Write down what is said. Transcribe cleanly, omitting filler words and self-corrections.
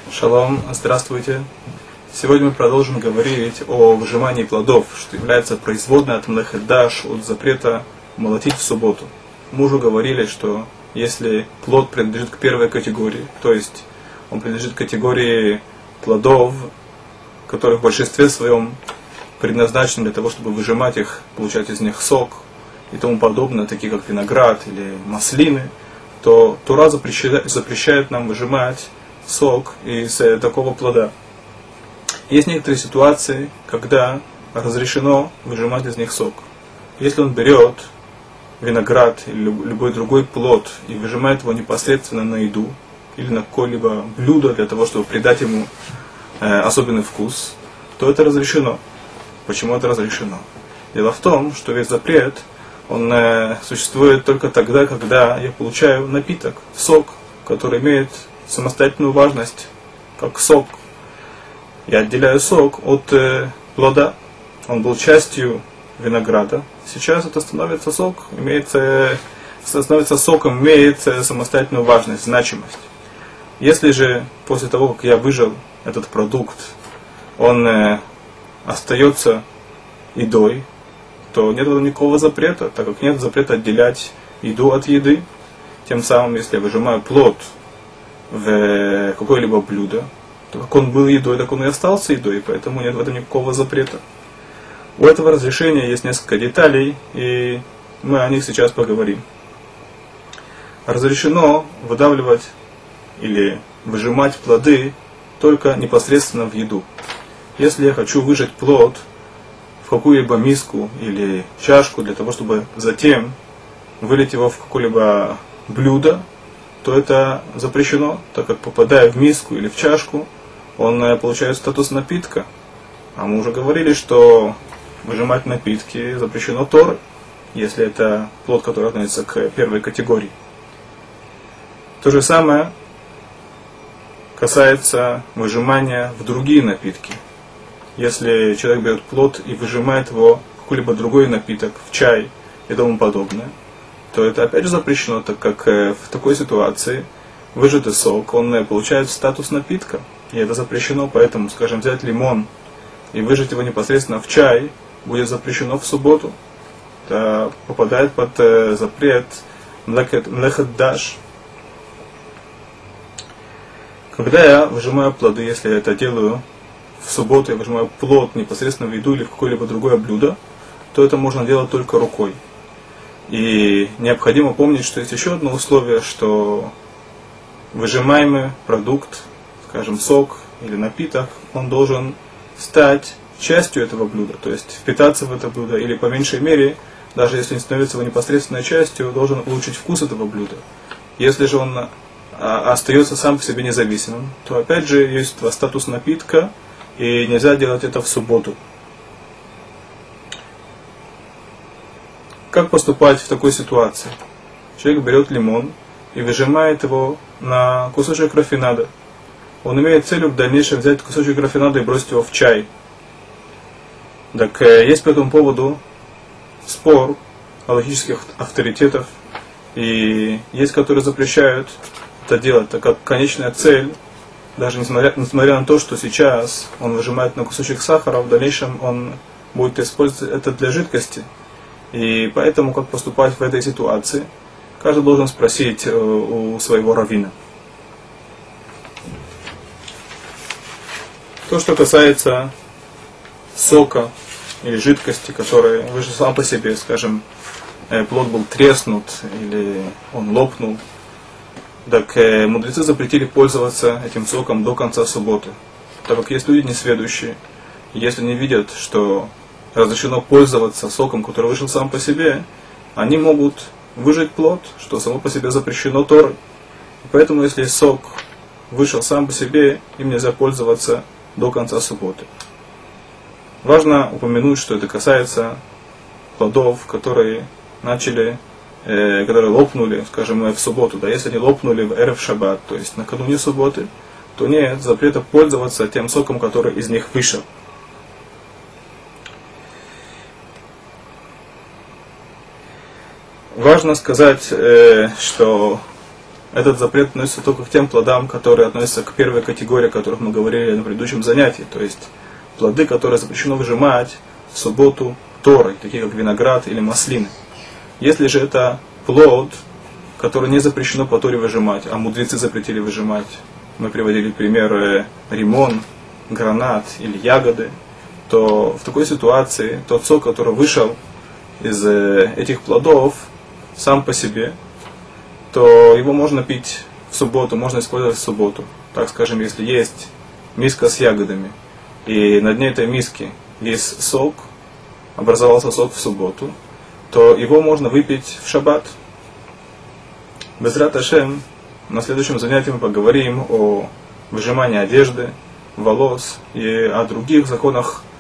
Шалом, здравствуйте. Сегодня мы продолжим говорить о выжимании плодов, что является производной от млехет даш, от запрета молотить в субботу. Мы уже говорили, что если плод принадлежит к первой категории, то есть он принадлежит к категории плодов, которые в большинстве своем предназначены для того, чтобы выжимать их, получать из них сок и тому подобное, такие как виноград или маслины, то Тора запрещает нам выжимать сок из такого плода. Есть некоторые ситуации, когда разрешено выжимать из них сок. Если он берет виноград или любой другой плод и выжимает его непосредственно на еду или на какое-либо блюдо для того, чтобы придать ему особенный вкус, то это разрешено. Почему это разрешено? Дело в том, что весь запрет он существует только тогда, когда я получаю напиток, сок, который имеет самостоятельную важность, как сок. Я отделяю сок от плода. Он был частью винограда. Сейчас это становится соком, имеет самостоятельную важность, значимость. Если же после того, как я выжал этот продукт, он остается едой, то нет никакого запрета, так как нет запрета отделять еду от еды. Тем самым, если я выжимаю плод в какое-либо блюдо, то как он был едой, так он и остался едой, и поэтому нет в этом никакого запрета. У этого разрешения есть несколько деталей, и мы о них сейчас поговорим. Разрешено выдавливать или выжимать плоды только непосредственно в еду. Если я хочу выжать плод в какую-либо миску или чашку для того, чтобы затем вылить его в какое-либо блюдо, то это запрещено, так как, попадая в миску или в чашку, он получает статус напитка. А мы уже говорили, что выжимать напитки запрещено Торой, если это плод, который относится к первой категории. То же самое касается выжимания в другие напитки. Если человек берет плод и выжимает его в какой-либо другой напиток, в чай и тому подобное, то это опять же запрещено, так как в такой ситуации выжатый сок, он получает статус напитка. И это запрещено, поэтому, скажем, взять лимон и выжать его непосредственно в чай будет запрещено в субботу. Это попадает под запрет млехет даш. Когда я выжимаю плоды, если я это делаю в субботу, я выжимаю плод непосредственно в еду или в какое-либо другое блюдо, то это можно делать только рукой. И необходимо помнить, что есть еще одно условие, что выжимаемый продукт, скажем, сок или напиток, он должен стать частью этого блюда, то есть впитаться в это блюдо, или по меньшей мере, даже если не становится его непосредственной частью, должен улучшить вкус этого блюда. Если же он остается сам по себе независимым, то опять же есть статус напитка, и нельзя делать это в субботу. Как поступать в такой ситуации? Человек берет лимон и выжимает его на кусочек рафинада. Он имеет целью в дальнейшем взять кусочек рафинада и бросить его в чай. Так есть по этому поводу спор галахических авторитетов, и есть, которые запрещают это делать, так как конечная цель, даже несмотря на то, что сейчас он выжимает на кусочек сахара, в дальнейшем он будет использовать это для жидкости. И поэтому, как поступать в этой ситуации, каждый должен спросить у своего раввина. То, что касается сока или жидкости, который вышел сам по себе, скажем, плод был треснут или он лопнул, так мудрецы запретили пользоваться этим соком до конца субботы. Так как есть люди несведущие, если не видят, что разрешено пользоваться соком, который вышел сам по себе, они могут выжать плод, что само по себе запрещено Торой. Поэтому, если сок вышел сам по себе, им нельзя пользоваться до конца субботы. Важно упомянуть, что это касается плодов, которые лопнули, скажем, в субботу. Да, если они лопнули в эрев шаббат, то есть накануне субботы, то нет запрета пользоваться тем соком, который из них вышел. Важно сказать, что этот запрет относится только к тем плодам, которые относятся к первой категории, о которых мы говорили на предыдущем занятии. То есть плоды, которые запрещено выжимать в субботу Торой, такие как виноград или маслины. Если же это плод, который не запрещено по Торе выжимать, а мудрецы запретили выжимать, мы приводили примеры римон, гранат или ягоды, то в такой ситуации тот сок, который вышел из этих плодов сам по себе, то его можно пить в субботу, можно использовать в субботу. Так скажем, если есть миска с ягодами, и на дне этой миски есть сок, образовался сок в субботу, то его можно выпить в шаббат. Безрат Ашем, на следующем занятии мы поговорим о выжимании одежды, волос и о других законах